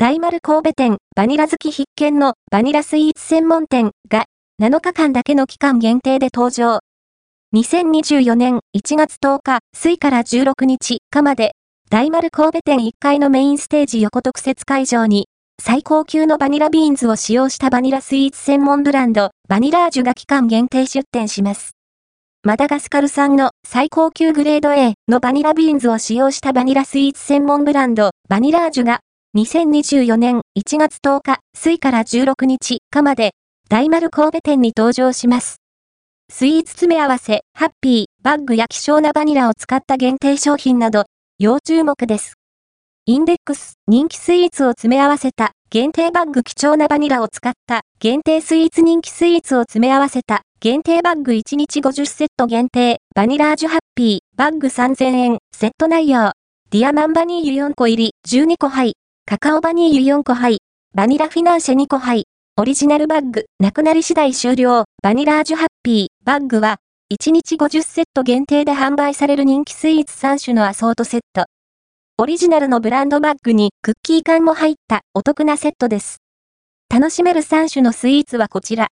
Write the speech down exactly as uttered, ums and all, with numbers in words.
大丸神戸店バニラ好き必見のバニラスイーツ専門店がなのかかんだけの期間限定で登場。にせんにじゅうよねんいちがつとおか水からじゅうろくにちかまで大丸神戸店いっかいのメインステージ横特設会場に最高級のバニラビーンズを使用したバニラスイーツ専門ブランドバニラージュが期間限定出店します。マダガスカル産の最高級グレード A のバニラビーンズを使用したバニラスイーツ専門ブランドバニラージュがにせんにじゅうよねんいちがつとおか水からじゅうろくにちかまで大丸神戸店に登場します。スイーツ詰め合わせ、ハッピー、バッグや希少なバニラを使った限定商品など要注目です。インデックス、人気スイーツを詰め合わせた限定バッグ貴重なバニラを使った限定スイーツ人気スイーツを詰め合わせた限定バッグいちにちごじゅっセット限定バニラージュハッピーバッグさんぜんえんセット内容ディアマンバニーユよんこ入りじゅうにこはいカカオバニーユよんこはいバニラフィナンシェにこはいオリジナルバッグなくなり次第終了バニラージュハッピーバッグはいちにちごじゅっセット限定で販売される人気スイーツさんしゅのアソートセット。オリジナルのブランドバッグにクッキー缶も入ったお得なセットです。楽しめるさんしゅのスイーツはこちら。